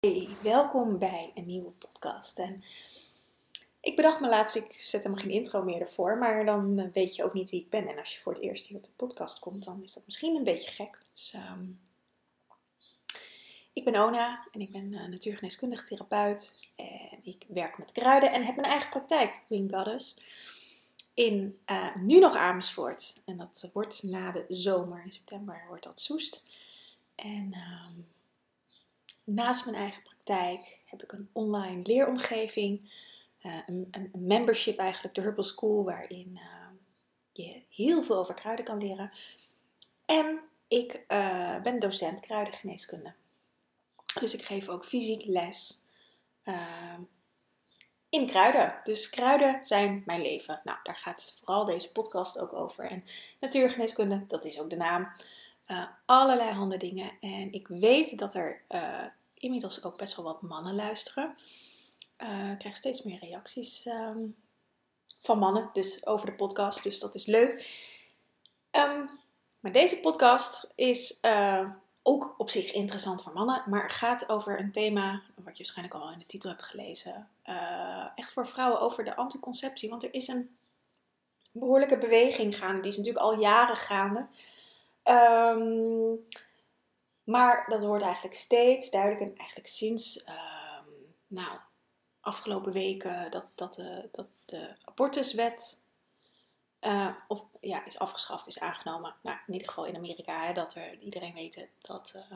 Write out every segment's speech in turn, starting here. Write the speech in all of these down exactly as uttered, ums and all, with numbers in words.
Hey, welkom bij een nieuwe podcast. En ik bedacht me laatst, ik zet helemaal geen intro meer ervoor, maar dan weet je ook niet wie ik ben. En als je voor het eerst hier op de podcast komt, dan is dat misschien een beetje gek. Dus, um, ik ben Ona en ik ben uh, natuurgeneeskundig therapeut. En ik werk met kruiden en heb mijn eigen praktijk, Green Goddess, in uh, nu nog Amersfoort. En dat wordt na de zomer, in september, wordt dat Soest. En Um, Naast mijn eigen praktijk heb ik een online leeromgeving, uh, een, een membership eigenlijk, de Herbal School, waarin uh, je heel veel over kruiden kan leren. En ik uh, ben docent kruidengeneeskunde. Dus ik geef ook fysiek les uh, in kruiden. Dus kruiden zijn mijn leven. Nou, daar gaat vooral deze podcast ook over. En natuurgeneeskunde, dat is ook de naam. Uh, allerlei handen dingen. En ik weet dat er Uh, inmiddels ook best wel wat mannen luisteren. Uh, ik krijg steeds meer reacties um, van mannen dus over de podcast. Dus dat is leuk. Um, maar deze podcast is uh, ook op zich interessant voor mannen. Maar gaat over een thema, wat je waarschijnlijk al wel in de titel hebt gelezen. Uh, echt voor vrouwen over de anticonceptie. Want er is een behoorlijke beweging gaande. Die is natuurlijk al jaren gaande. Um, Maar dat wordt eigenlijk steeds duidelijker en eigenlijk sinds uh, nou, afgelopen weken dat, dat, uh, dat de abortuswet uh, of, ja, is afgeschaft, is aangenomen. Nou, in ieder geval in Amerika, hè, dat er, iedereen weet dat, uh,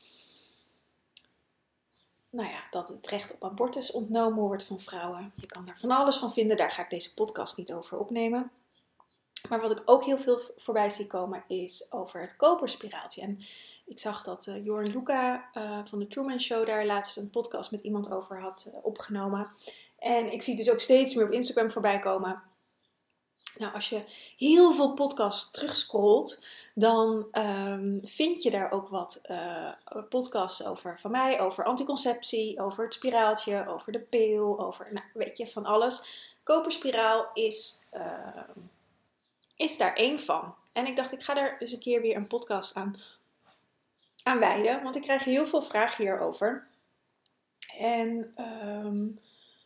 nou ja, dat het recht op abortus ontnomen wordt van vrouwen. Je kan daar van alles van vinden, daar ga ik deze podcast niet over opnemen. Maar wat ik ook heel veel voorbij zie komen is over het koperspiraaltje. En ik zag dat uh, Jorn Luca uh, van de Truman Show daar laatst een podcast met iemand over had uh, opgenomen. En ik zie dus ook steeds meer op Instagram voorbij komen. Nou, als je heel veel podcasts terugscrollt, dan um, vind je daar ook wat uh, podcasts over van mij. Over anticonceptie, over het spiraaltje, over de pil, over, nou, weet je, van alles. Koperspiraal is Uh, is daar één van. En ik dacht, ik ga er eens een keer weer een podcast aan, aan wijden. Want ik krijg heel veel vragen hierover. En um,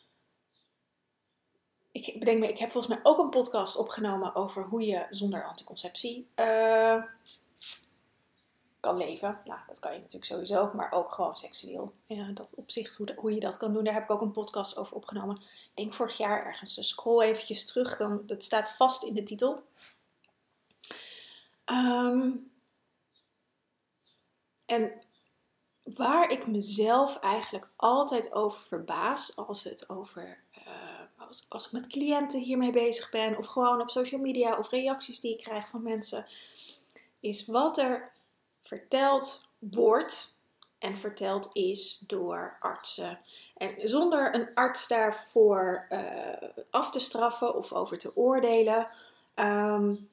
ik bedenk me, ik heb volgens mij ook een podcast opgenomen over hoe je zonder anticonceptie uh, kan leven. Nou, dat kan je natuurlijk sowieso, maar ook gewoon seksueel. Ja, dat opzicht, hoe, de, hoe je dat kan doen, daar heb ik ook een podcast over opgenomen. Ik denk vorig jaar ergens. Dus scroll eventjes terug, dan, dat staat vast in de titel. Um, en waar ik mezelf eigenlijk altijd over verbaas, als het over, uh, als, als ik met cliënten hiermee bezig ben, of gewoon op social media, of reacties die ik krijg van mensen, is wat er verteld wordt en verteld is door artsen. En zonder een arts daarvoor uh, af te straffen of over te oordelen. Um,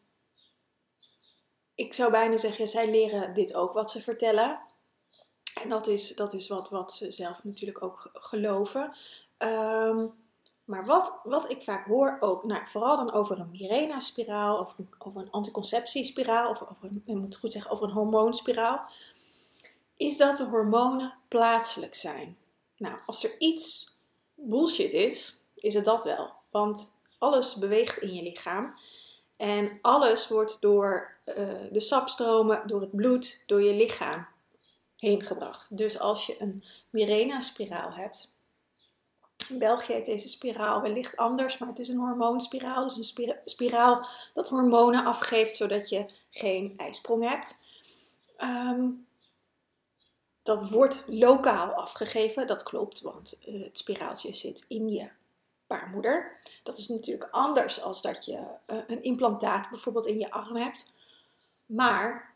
Ik zou bijna zeggen, zij leren dit ook wat ze vertellen. En dat is, dat is wat, wat ze zelf natuurlijk ook geloven. Um, maar wat, wat ik vaak hoor, ook, nou, vooral dan over een Mirena-spiraal, of een, over een anticonceptiespiraal, of over een, ik moet goed zeggen, over een hormoonspiraal, is dat de hormonen plaatselijk zijn. Nou, als er iets bullshit is, is het dat wel. Want alles beweegt in je lichaam. En alles wordt door uh, de sapstromen, door het bloed, door je lichaam heen gebracht. Dus als je een Mirena-spiraal hebt. In België heet deze spiraal wellicht anders, maar het is een hormoonspiraal. Dus een spira- spiraal dat hormonen afgeeft, zodat je geen ijsprong hebt. Um, dat wordt lokaal afgegeven, dat klopt, want uh, het spiraaltje zit in je baarmoeder. Dat is natuurlijk anders als dat je uh, een implantaat bijvoorbeeld in je arm hebt. Maar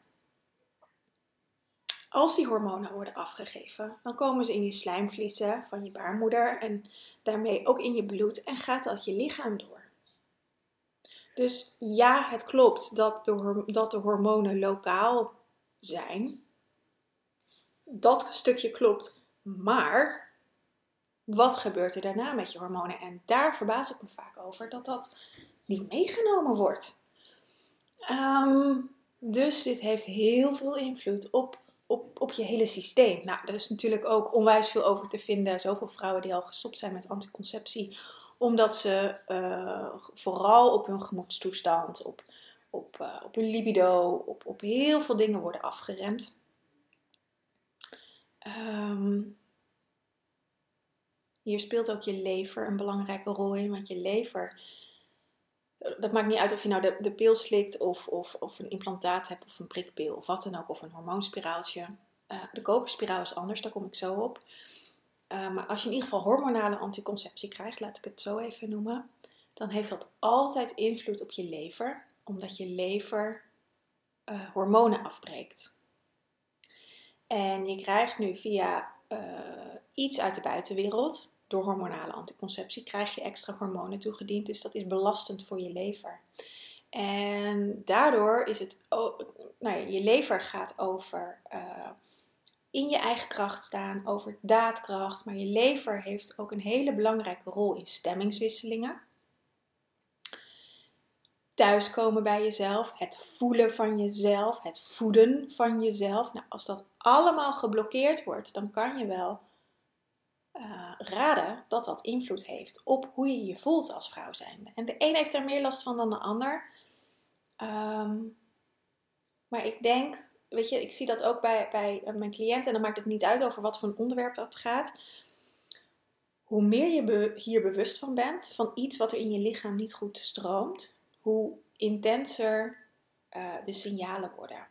als die hormonen worden afgegeven, dan komen ze in je slijmvliezen van je baarmoeder en daarmee ook in je bloed en gaat dat je lichaam door. Dus ja, het klopt dat de, dat de hormonen lokaal zijn. Dat stukje klopt, maar wat gebeurt er daarna met je hormonen? En daar verbaas ik me vaak over dat dat niet meegenomen wordt. Um, dus dit heeft heel veel invloed op op, op je hele systeem. Nou, er is natuurlijk ook onwijs veel over te vinden. Zoveel vrouwen die al gestopt zijn met anticonceptie. Omdat ze uh, vooral op hun gemoedstoestand, op, op, uh, op hun libido, op, op heel veel dingen worden afgeremd. Um, hier speelt ook je lever een belangrijke rol in. Want je lever, dat maakt niet uit of je nou de, de pil slikt of, of, of een implantaat hebt of een prikpil of wat dan ook. Of een hormoonspiraaltje. Uh, de koperspiraal is anders, daar kom ik zo op. Uh, maar als je in ieder geval hormonale anticonceptie krijgt, laat ik het zo even noemen. Dan heeft dat altijd invloed op je lever. Omdat je lever uh, hormonen afbreekt. En je krijgt nu via uh, iets uit de buitenwereld, door hormonale anticonceptie, krijg je extra hormonen toegediend. Dus dat is belastend voor je lever. En daardoor is het, oh, nou ja, je lever gaat over uh, in je eigen kracht staan, over daadkracht. Maar je lever heeft ook een hele belangrijke rol in stemmingswisselingen. Thuiskomen bij jezelf, het voelen van jezelf, het voeden van jezelf. Nou, als dat allemaal geblokkeerd wordt, dan kan je wel uh, raden dat dat invloed heeft op hoe je je voelt als vrouw zijnde. En de een heeft er meer last van dan de ander. Um, maar ik denk, weet je, ik zie dat ook bij, bij mijn cliënten en dan maakt het niet uit over wat voor een onderwerp dat gaat. Hoe meer je be- hier bewust van bent, van iets wat er in je lichaam niet goed stroomt, hoe intenser uh, de signalen worden.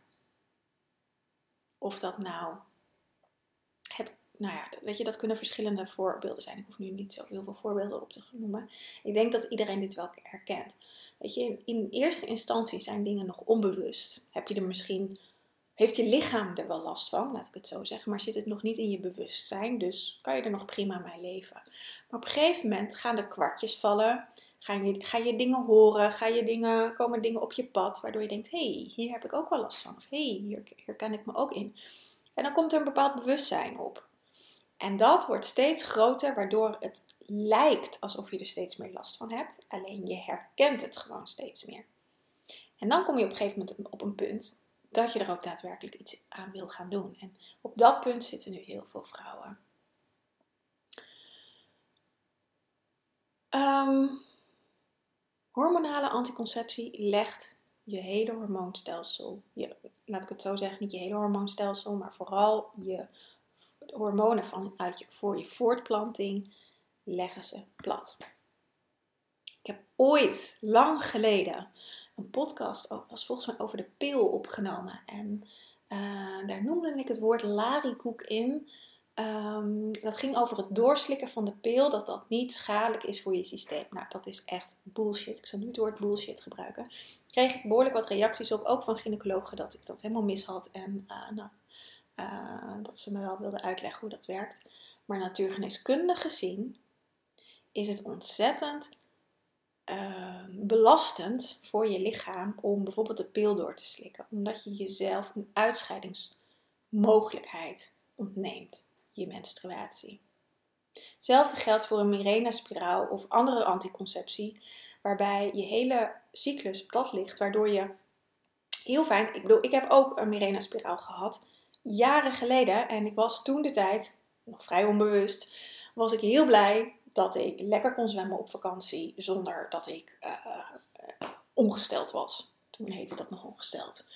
Of dat nou, het, nou ja, weet je, dat kunnen verschillende voorbeelden zijn. Ik hoef nu niet zo heel veel voorbeelden op te noemen. Ik denk dat iedereen dit wel herkent. Weet je, in, in eerste instantie zijn dingen nog onbewust. Heb je er misschien, heeft je lichaam er wel last van, laat ik het zo zeggen, maar zit het nog niet in je bewustzijn, dus kan je er nog prima mee leven. Maar op een gegeven moment gaan de kwartjes vallen. Ga je, ga je dingen horen, ga je dingen, komen dingen op je pad, waardoor je denkt, hé, hey, hier heb ik ook wel last van. Of hé, hey, hier herken ik me ook in. En dan komt er een bepaald bewustzijn op. En dat wordt steeds groter, waardoor het lijkt alsof je er steeds meer last van hebt. Alleen je herkent het gewoon steeds meer. En dan kom je op een gegeven moment op een punt dat je er ook daadwerkelijk iets aan wil gaan doen. En op dat punt zitten nu heel veel vrouwen. Um, hormonale anticonceptie legt je hele hormoonstelsel, je, laat ik het zo zeggen, niet je hele hormoonstelsel, maar vooral je hormonen vanuit je, voor je voortplanting leggen ze plat. Ik heb ooit, lang geleden, een podcast, was volgens mij over de pil opgenomen. En uh, daar noemde ik het woord larikoek in. Um, dat ging over het doorslikken van de pil, dat dat niet schadelijk is voor je systeem. Nou, dat is echt bullshit. Ik zal nu het woord bullshit gebruiken. Kreeg ik behoorlijk wat reacties op, ook van gynaecologen, dat ik dat helemaal mis had. En uh, nou, uh, dat ze me wel wilden uitleggen hoe dat werkt. Maar natuurgeneeskundig gezien is het ontzettend uh, belastend voor je lichaam om bijvoorbeeld de pil door te slikken. Omdat je jezelf een uitscheidingsmogelijkheid ontneemt. Je menstruatie. Hetzelfde geldt voor een Mirena-spiraal of andere anticonceptie, waarbij je hele cyclus plat ligt, waardoor je heel fijn, ik bedoel, ik heb ook een Mirena-spiraal gehad, jaren geleden, en ik was toen de tijd, nog vrij onbewust, was ik heel blij dat ik lekker kon zwemmen op vakantie, zonder dat ik uh, uh, ongesteld was. Toen heette dat nog ongesteld.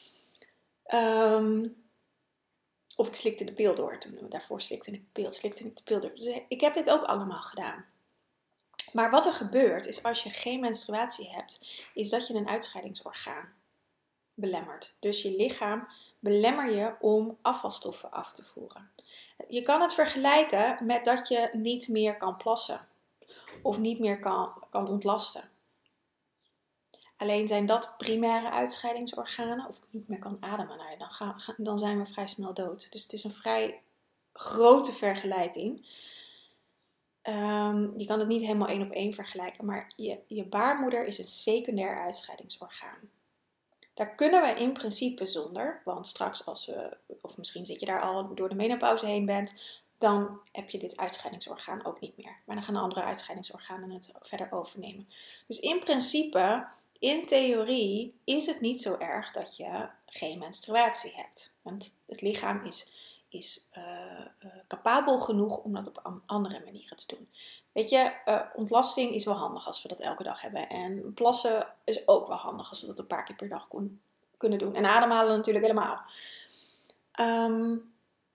Um, Of ik slikte de pil door. Toen, daarvoor slikte ik de pil, slikte ik de pil door. Dus ik heb dit ook allemaal gedaan. Maar wat er gebeurt is als je geen menstruatie hebt, is dat je een uitscheidingsorgaan belemmert. Dus je lichaam belemmer je om afvalstoffen af te voeren. Je kan het vergelijken met dat je niet meer kan plassen. Of niet meer kan, kan ontlasten. Alleen zijn dat primaire uitscheidingsorganen, of ik niet meer kan ademen, nou ja, dan, gaan, dan zijn we vrij snel dood. Dus het is een vrij grote vergelijking. Um, je kan het niet helemaal één op één vergelijken, maar je, je baarmoeder is een secundair uitscheidingsorgaan. Daar kunnen we in principe zonder, want straks als we, of misschien zit je daar al door de menopauze heen bent, dan heb je dit uitscheidingsorgaan ook niet meer. Maar dan gaan de andere uitscheidingsorganen het verder overnemen. Dus in principe, in theorie, is het niet zo erg dat je geen menstruatie hebt. Want het lichaam is, is uh, uh, capabel genoeg om dat op andere manieren te doen. Weet je, uh, ontlasting is wel handig als we dat elke dag hebben. En plassen is ook wel handig als we dat een paar keer per dag kon, kunnen doen. En ademhalen natuurlijk helemaal. Um,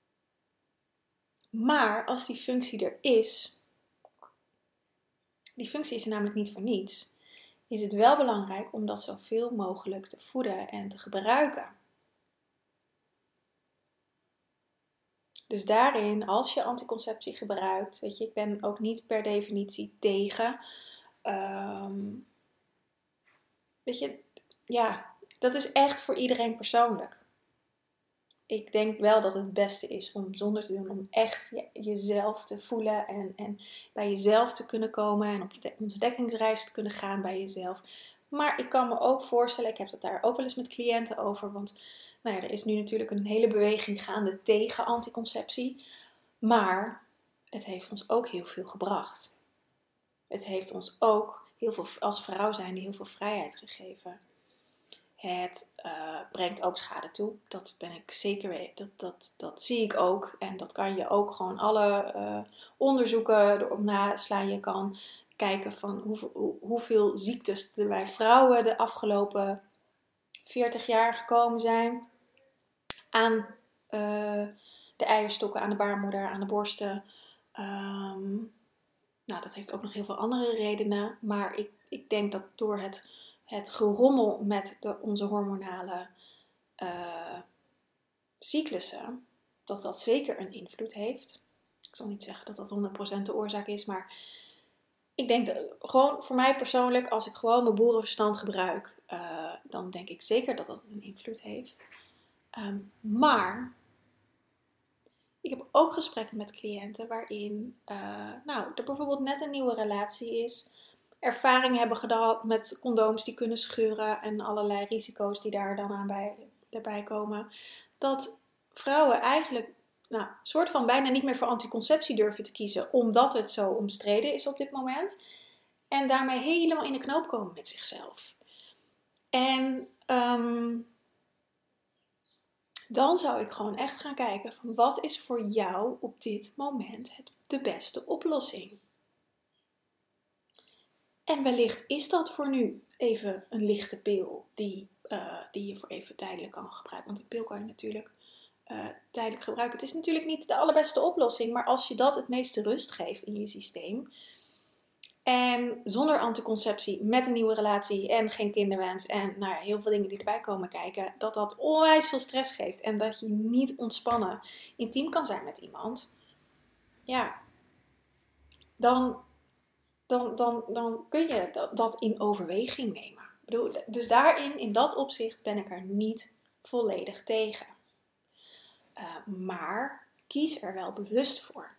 maar als die functie er is, die functie is er namelijk niet voor niets, is het wel belangrijk om dat zoveel mogelijk te voeden en te gebruiken. Dus daarin, als je anticonceptie gebruikt, weet je, ik ben ook niet per definitie tegen. Um, weet je, ja, dat is echt voor iedereen persoonlijk. Ik denk wel dat het beste is om zonder te doen, om echt je, jezelf te voelen en, en bij jezelf te kunnen komen en op de ontdekkingsreis te kunnen gaan bij jezelf. Maar ik kan me ook voorstellen, ik heb het daar ook wel eens met cliënten over, want nou ja, er is nu natuurlijk een hele beweging gaande tegen anticonceptie. Maar het heeft ons ook heel veel gebracht. Het heeft ons ook heel veel, als vrouw zijnde heel veel vrijheid gegeven. Het uh, brengt ook schade toe. Dat ben ik zeker weten. Dat, dat, dat zie ik ook. En dat kan je ook gewoon alle uh, onderzoeken erop naslaan. Je kan kijken van hoe, hoe, hoeveel ziektes er bij vrouwen de afgelopen veertig jaar gekomen zijn. Aan uh, de eierstokken, aan de baarmoeder, aan de borsten. Um, nou, dat heeft ook nog heel veel andere redenen. Maar ik, ik denk dat door het... het gerommel met de, onze hormonale uh, cyclussen, dat dat zeker een invloed heeft. Ik zal niet zeggen dat dat honderd procent de oorzaak is, maar ik denk dat, gewoon voor mij persoonlijk, als ik gewoon mijn boerenverstand gebruik, uh, dan denk ik zeker dat dat een invloed heeft. Um, maar ik heb ook gesprekken met cliënten waarin uh, nou, er bijvoorbeeld net een nieuwe relatie is, ervaring hebben gehad met condooms die kunnen scheuren en allerlei risico's die daar dan aan bij, erbij komen. Dat vrouwen eigenlijk nou, soort van bijna niet meer voor anticonceptie durven te kiezen, omdat het zo omstreden is op dit moment. En daarmee helemaal in de knoop komen met zichzelf. En um, dan zou ik gewoon echt gaan kijken van wat is voor jou op dit moment het, de beste oplossing. En wellicht is dat voor nu even een lichte pil die, uh, die je voor even tijdelijk kan gebruiken. Want een pil kan je natuurlijk uh, tijdelijk gebruiken. Het is natuurlijk niet de allerbeste oplossing, maar als je dat het meeste rust geeft in je systeem. En zonder anticonceptie, met een nieuwe relatie en geen kinderwens en nou ja, heel veel dingen die erbij komen kijken, dat dat onwijs veel stress geeft. En dat je niet ontspannen intiem kan zijn met iemand. Ja, dan... Dan, dan, dan kun je dat, dat in overweging nemen. Ik bedoel, dus daarin, in dat opzicht, ben ik er niet volledig tegen. Uh, maar kies er wel bewust voor.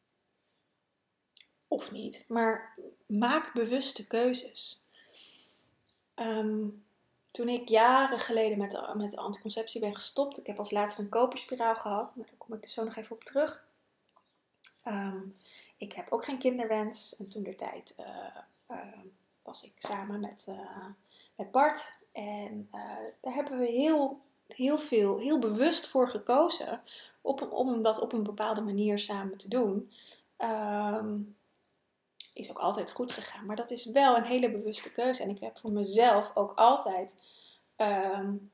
Of niet, maar maak bewuste keuzes. Um, toen ik jaren geleden met de, met de anticonceptie ben gestopt, ik heb als laatste een koperspiraal gehad, maar daar kom ik dus zo nog even op terug. Um, Ik heb ook geen kinderwens. En toen de tijd uh, uh, was ik samen met, uh, met Bart. En uh, daar hebben we heel, heel veel, heel bewust voor gekozen. Op, om dat op een bepaalde manier samen te doen. Um, is ook altijd goed gegaan. Maar dat is wel een hele bewuste keuze. En ik heb voor mezelf ook altijd... Um,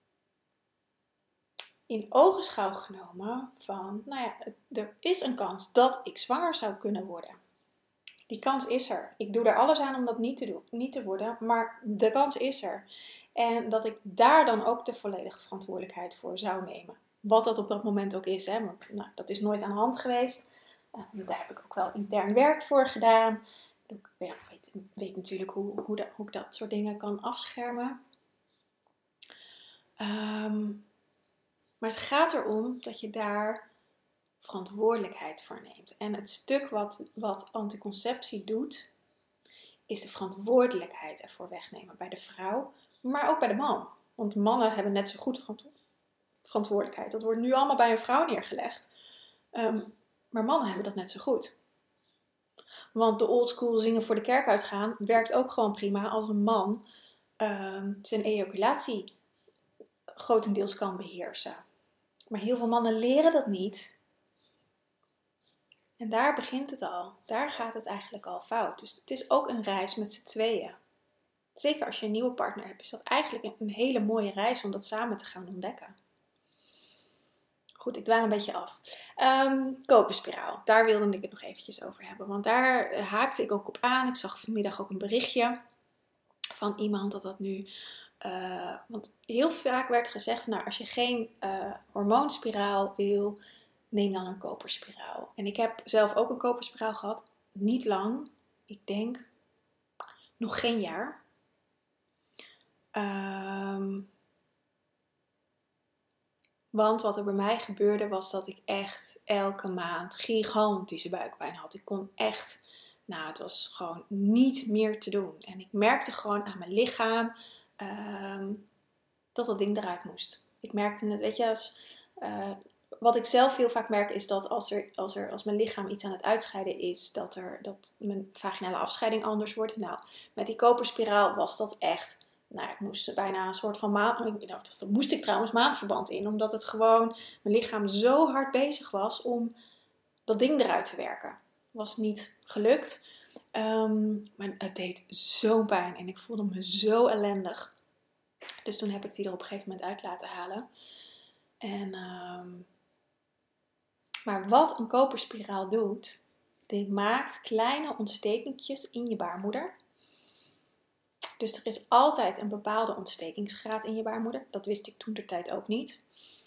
in ogenschouw genomen van, nou ja, er is een kans dat ik zwanger zou kunnen worden. Die kans is er. Ik doe er alles aan om dat niet te doen, niet te worden, maar de kans is er. En dat ik daar dan ook de volledige verantwoordelijkheid voor zou nemen. Wat dat op dat moment ook is, hè. Maar, nou, dat is nooit aan de hand geweest. Uh, daar heb ik ook wel intern werk voor gedaan. Ik ja, weet, weet natuurlijk hoe, hoe, dat, hoe ik dat soort dingen kan afschermen. Um, Maar het gaat erom dat je daar verantwoordelijkheid voor neemt. En het stuk wat, wat anticonceptie doet, is de verantwoordelijkheid ervoor wegnemen bij de vrouw, maar ook bij de man. Want mannen hebben net zo goed verantwoordelijkheid. Dat wordt nu allemaal bij een vrouw neergelegd. Um, maar mannen hebben dat net zo goed. Want de oldschool zingen voor de kerk uitgaan werkt ook gewoon prima als een man um, zijn ejaculatie grotendeels kan beheersen. Maar heel veel mannen leren dat niet. En daar begint het al. Daar gaat het eigenlijk al fout. Dus het is ook een reis met z'n tweeën. Zeker als je een nieuwe partner hebt, is dat eigenlijk een hele mooie reis om dat samen te gaan ontdekken. Goed, ik dwaal een beetje af. Um, koperspiraal, daar wilde ik het nog eventjes over hebben. Want daar haakte ik ook op aan. Ik zag vanmiddag ook een berichtje van iemand dat dat nu... Uh, want heel vaak werd gezegd van, nou, als je geen uh, hormoonspiraal wil, neem dan een koperspiraal. En ik heb zelf ook een koperspiraal gehad. Niet lang. Ik denk nog geen jaar. Um, want wat er bij mij gebeurde was dat ik echt elke maand gigantische buikpijn had. Ik kon echt, nou het was gewoon niet meer te doen. En ik merkte gewoon aan mijn lichaam um, dat dat ding eruit moest. Ik merkte het, weet je, als, uh, wat ik zelf heel vaak merk is dat als, er, als, er, als mijn lichaam iets aan het uitscheiden is, dat, er, dat mijn vaginale afscheiding anders wordt. Nou, met die koperspiraal was dat echt... Nou, ik moest bijna een soort van maand... Nou, dat moest ik trouwens maandverband in. Omdat het gewoon... Mijn lichaam zo hard bezig was om dat ding eruit te werken. Was niet gelukt. Um, maar het deed zo'n pijn. En ik voelde me zo ellendig. Dus toen heb ik die er op een gegeven moment uit laten halen. En... Um, maar wat een koperspiraal doet... Die maakt kleine ontstekingjes in je baarmoeder... Dus er is altijd een bepaalde ontstekingsgraad in je baarmoeder. Dat wist ik toen de tijd ook niet.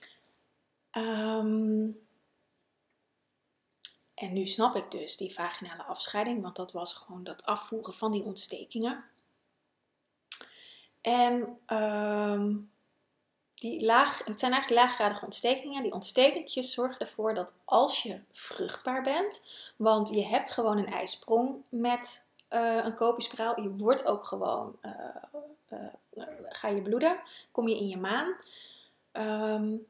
Um, en nu snap ik dus die vaginale afscheiding. Want dat was gewoon dat afvoeren van die ontstekingen. En um, die laag, het zijn eigenlijk laaggradige ontstekingen. Die ontstekentjes zorgen ervoor dat als je vruchtbaar bent. Want je hebt gewoon een ijsprong met... Uh, een koperspiraal, je wordt ook gewoon, uh, uh, uh, ga je bloeden, kom je in je maan. Um,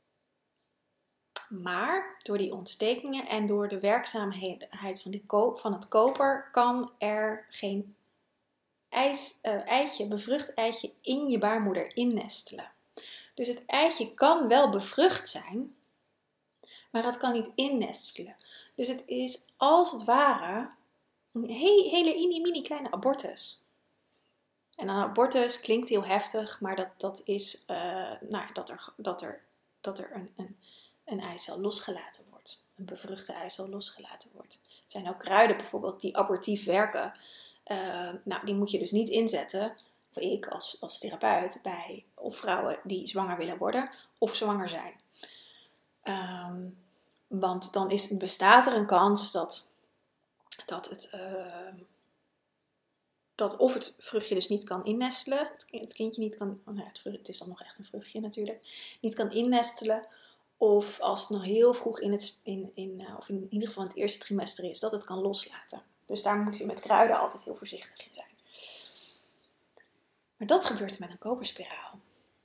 maar door die ontstekingen en door de werkzaamheid van, die ko- van het koper kan er geen ijs, uh, eitje, bevrucht eitje in je baarmoeder innestelen. Dus het eitje kan wel bevrucht zijn, maar het kan niet innestelen. Dus het is als het ware... Een hele, hele mini kleine abortus. En een abortus klinkt heel heftig, maar dat, dat is uh, nou, dat er, dat er, dat er een, een, een eicel losgelaten wordt. Een bevruchte eicel losgelaten wordt. Het zijn ook kruiden bijvoorbeeld die abortief werken. Uh, nou, die moet je dus niet inzetten, of ik als, als therapeut, bij of vrouwen die zwanger willen worden of zwanger zijn. Um, want dan is, bestaat er een kans dat... Dat, het, uh, dat of het vruchtje dus niet kan innestelen, het, het kindje niet kan, oh nee, het, vrucht, het is dan nog echt een vruchtje natuurlijk, niet kan innestelen. Of als het nog heel vroeg in het, in, in, uh, of in ieder geval in het eerste trimester is, dat het kan loslaten. Dus daar moet je met kruiden altijd heel voorzichtig in zijn. Maar dat gebeurt met een koperspiraal.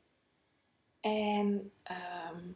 En... Um,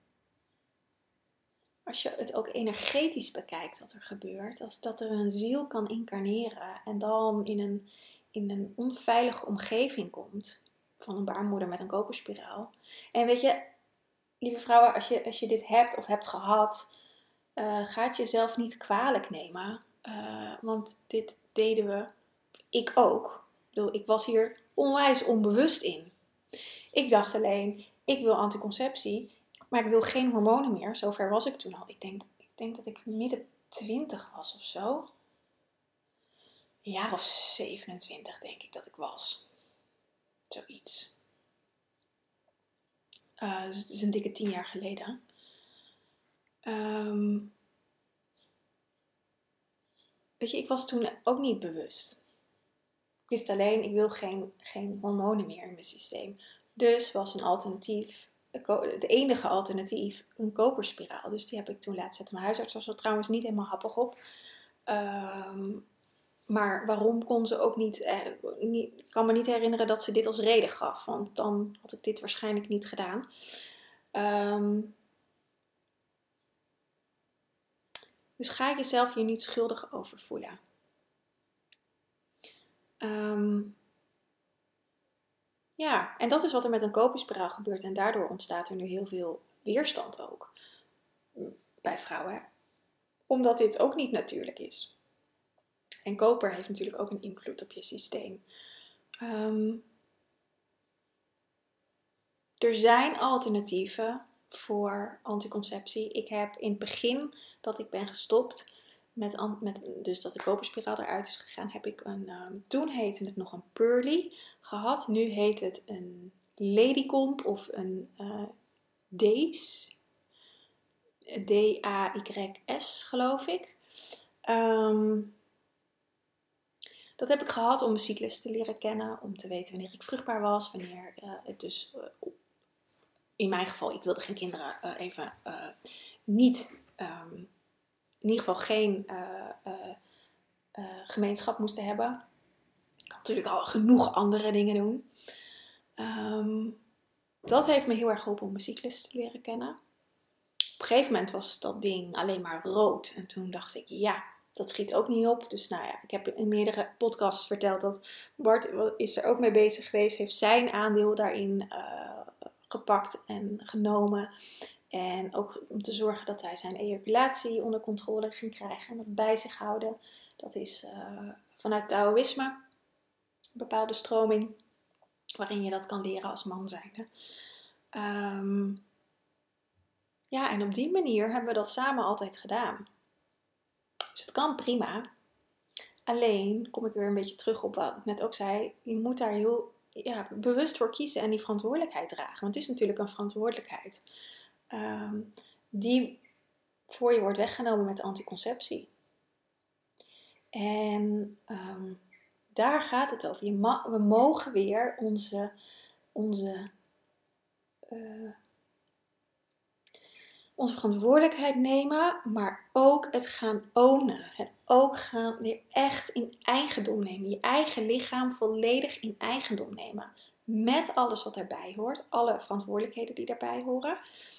Als je het ook energetisch bekijkt wat er gebeurt. Als dat er een ziel kan incarneren. En dan in een, in een onveilige omgeving komt. Van een baarmoeder met een koperspiraal. En weet je, lieve vrouwen, als je, als je dit hebt of hebt gehad. Uh, ga het jezelf niet kwalijk nemen. Uh, want dit deden we. Ik ook. Ik bedoel, ik was hier onwijs onbewust in. Ik dacht alleen, ik wil anticonceptie. Maar ik wil geen hormonen meer. Zover was ik toen al. Ik denk, ik denk dat ik midden twintig was of zo. Een jaar of zevenentwintig denk ik dat ik was. Zoiets. Uh, dus het is een dikke tien jaar geleden. Um, weet je, ik was toen ook niet bewust. Ik wist alleen, ik wil geen, geen hormonen meer in mijn systeem. Dus was een alternatief... Het enige alternatief, een koperspiraal. Dus die heb ik toen laten zetten. Mijn huisarts was er trouwens niet helemaal happig op. Um, maar waarom kon ze ook niet, eh, niet... Ik kan me niet herinneren dat ze dit als reden gaf. Want dan had ik dit waarschijnlijk niet gedaan. Um, dus ga jezelf hier niet schuldig over voelen. Um, Ja, en dat is wat er met een koperspiraal gebeurt. En daardoor ontstaat er nu heel veel weerstand ook bij vrouwen. Omdat dit ook niet natuurlijk is. En koper heeft natuurlijk ook een invloed op je systeem. Um, er zijn alternatieven voor anticonceptie. Ik heb in het begin dat ik ben gestopt, met, met, dus dat de koperspiraal eruit is gegaan, heb ik een, um, toen heette het nog een Pearly gehad. Nu heet het een Ladycomp of een uh, Days. D A Y S geloof ik. Um, dat heb ik gehad om mijn cyclus te leren kennen. Om te weten wanneer ik vruchtbaar was. Wanneer uh, het dus... Uh, in mijn geval, ik wilde geen kinderen uh, even uh, niet... Um, in ieder geval geen uh, uh, uh, gemeenschap moesten hebben. Ik kan natuurlijk al genoeg andere dingen doen. Um, dat heeft me heel erg geholpen om mijn cyclus te leren kennen. Op een gegeven moment was dat ding alleen maar rood. En toen dacht ik, ja, dat schiet ook niet op. Dus nou ja, ik heb in meerdere podcasts verteld dat Bart is er ook mee bezig geweest. Heeft zijn aandeel daarin uh, gepakt en genomen. En ook om te zorgen dat hij zijn ejaculatie onder controle ging krijgen. En dat bij zich houden. Dat is uh, vanuit Taoïsme. Een bepaalde stroming. Waarin je dat kan leren als man zijnde. Um, Ja, en op die manier hebben we dat samen altijd gedaan. Dus het kan prima. Alleen kom ik weer een beetje terug op wat ik net ook zei. Je moet daar heel ja, bewust voor kiezen en die verantwoordelijkheid dragen. Want het is natuurlijk een verantwoordelijkheid. Um, die voor je wordt weggenomen met anticonceptie. En um, daar gaat het over. Je ma- we mogen weer onze... onze uh, Onze verantwoordelijkheid nemen, maar ook het gaan ownen. Het ook gaan weer echt in eigendom nemen. Je eigen lichaam volledig in eigendom nemen. Met alles wat daarbij hoort. Alle verantwoordelijkheden die daarbij horen.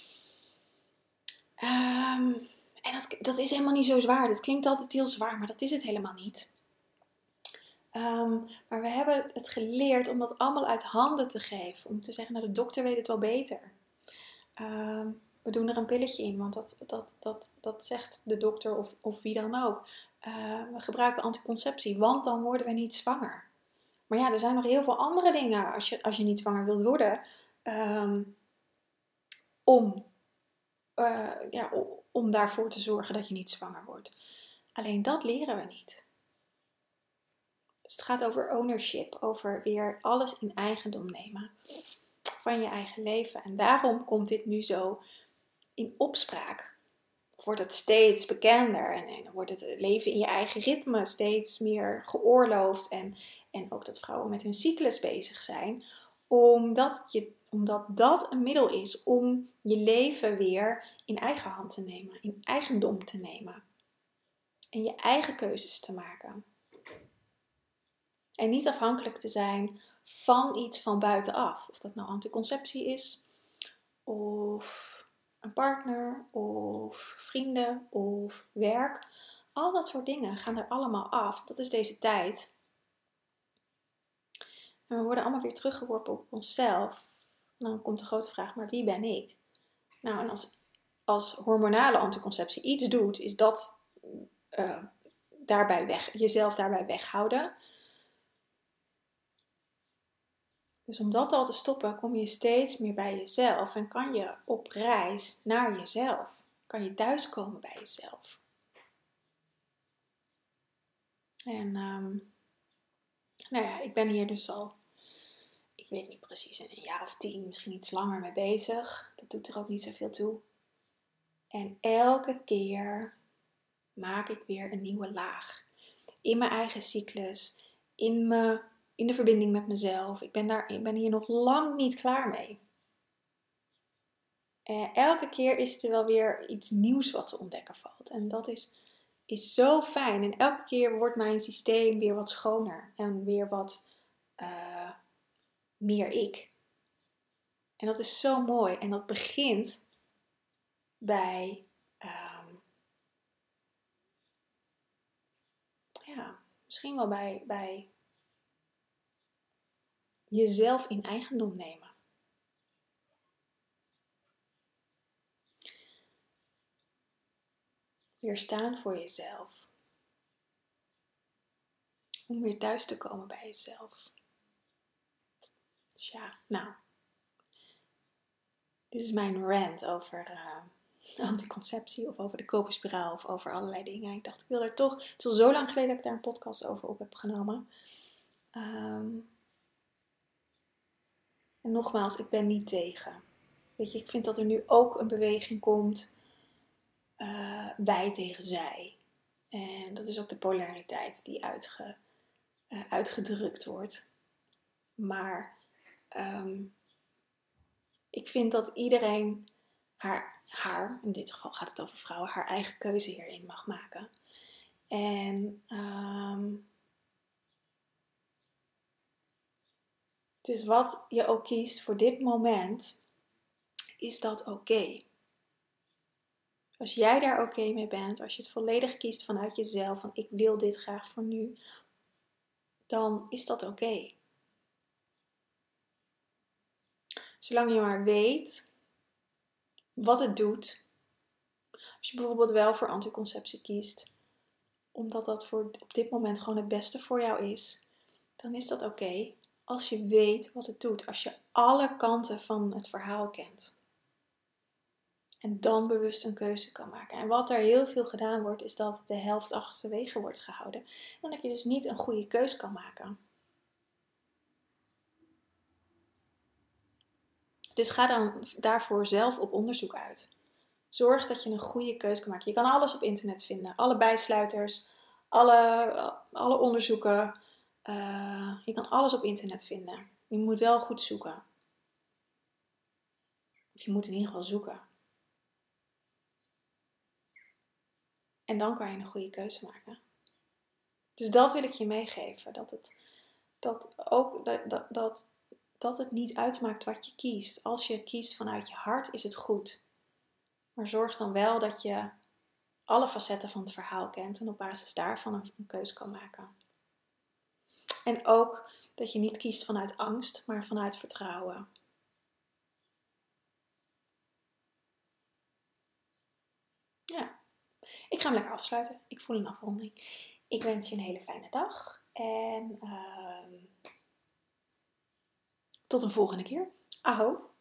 Um, en dat, dat is helemaal niet zo zwaar. Dat klinkt altijd heel zwaar, maar dat is het helemaal niet. Um, maar we hebben het geleerd om dat allemaal uit handen te geven. Om te zeggen, nou de dokter weet het wel beter. Um, We doen er een pilletje in, want dat, dat, dat, dat zegt de dokter of, of wie dan ook. Uh, we gebruiken anticonceptie, want dan worden we niet zwanger. Maar ja, er zijn nog heel veel andere dingen als je, als je niet zwanger wilt worden. Um, om, uh, ja, om daarvoor te zorgen dat je niet zwanger wordt. Alleen dat leren we niet. Dus het gaat over ownership, over weer alles in eigendom nemen van je eigen leven. En daarom komt dit nu zo in opspraak. Wordt het steeds bekender en, en wordt het leven in je eigen ritme steeds meer geoorloofd. En, en ook dat vrouwen met hun cyclus bezig zijn. Omdat, je, omdat dat een middel is om je leven weer in eigen hand te nemen. In eigendom te nemen. En je eigen keuzes te maken. En niet afhankelijk te zijn van iets van buitenaf. Of dat nou anticonceptie is. Of een partner. Of vrienden. Of werk. Al dat soort dingen gaan er allemaal af. Dat is deze tijd. En we worden allemaal weer teruggeworpen op onszelf. En dan komt de grote vraag, maar wie ben ik? Nou, en als, als hormonale anticonceptie iets doet, is dat uh, daarbij weg, jezelf daarbij weghouden. Dus om dat al te stoppen, kom je steeds meer bij jezelf en kan je op reis naar jezelf. Kan je thuiskomen bij jezelf. En um, nou ja, ik ben hier dus al, ik weet niet precies, een jaar of tien, misschien iets langer mee bezig. Dat doet er ook niet zoveel toe. En elke keer maak ik weer een nieuwe laag. In mijn eigen cyclus, in, me, in de verbinding met mezelf. Ik ben, daar, ik ben hier nog lang niet klaar mee. En elke keer is er wel weer iets nieuws wat te ontdekken valt. En dat is, is zo fijn. En elke keer wordt mijn systeem weer wat schoner. En weer wat uh, meer ik. En dat is zo mooi. En dat begint bij... Um, ja, misschien wel bij... bij jezelf in eigendom nemen. Weer staan voor jezelf. Om weer thuis te komen bij jezelf. Dus ja, nou. Dit is mijn rant over uh, anticonceptie of over de koperspiraal of over allerlei dingen. Ik dacht, ik wil er toch... Het is al zo lang geleden dat ik daar een podcast over op heb genomen. Um, en nogmaals, ik ben niet tegen. Weet je, ik vind dat er nu ook een beweging komt. Uh, wij tegen zij. En dat is ook de polariteit die uitge, uh, uitgedrukt wordt. Maar um, ik vind dat iedereen haar, haar, in dit geval gaat het over vrouwen, haar eigen keuze hierin mag maken. En um, dus wat je ook kiest voor dit moment, is dat oké. Okay. Als jij daar oké okay mee bent, als je het volledig kiest vanuit jezelf, van ik wil dit graag voor nu, dan is dat oké. Okay. Zolang je maar weet wat het doet. Als je bijvoorbeeld wel voor anticonceptie kiest, omdat dat voor op dit moment gewoon het beste voor jou is, dan is dat oké. Okay. Als je weet wat het doet, als je alle kanten van het verhaal kent. En dan bewust een keuze kan maken. En wat er heel veel gedaan wordt, is dat de helft achterwege wordt gehouden. En dat je dus niet een goede keuze kan maken. Dus ga dan daarvoor zelf op onderzoek uit. Zorg dat je een goede keuze kan maken. Je kan alles op internet vinden. Alle bijsluiters, alle, alle onderzoeken. Uh, je kan alles op internet vinden. Je moet wel goed zoeken. Of je moet in ieder geval zoeken. En dan kan je een goede keuze maken. Dus dat wil ik je meegeven. Dat het, dat ook, dat, dat, dat, dat het niet uitmaakt wat je kiest. Als je kiest vanuit je hart, is het goed. Maar zorg dan wel dat je alle facetten van het verhaal kent. En op basis daarvan een, een keuze kan maken. En ook dat je niet kiest vanuit angst, maar vanuit vertrouwen. Ja. Ik ga hem lekker afsluiten. Ik voel een afronding. Ik wens je een hele fijne dag. En uh, tot een volgende keer. Aho.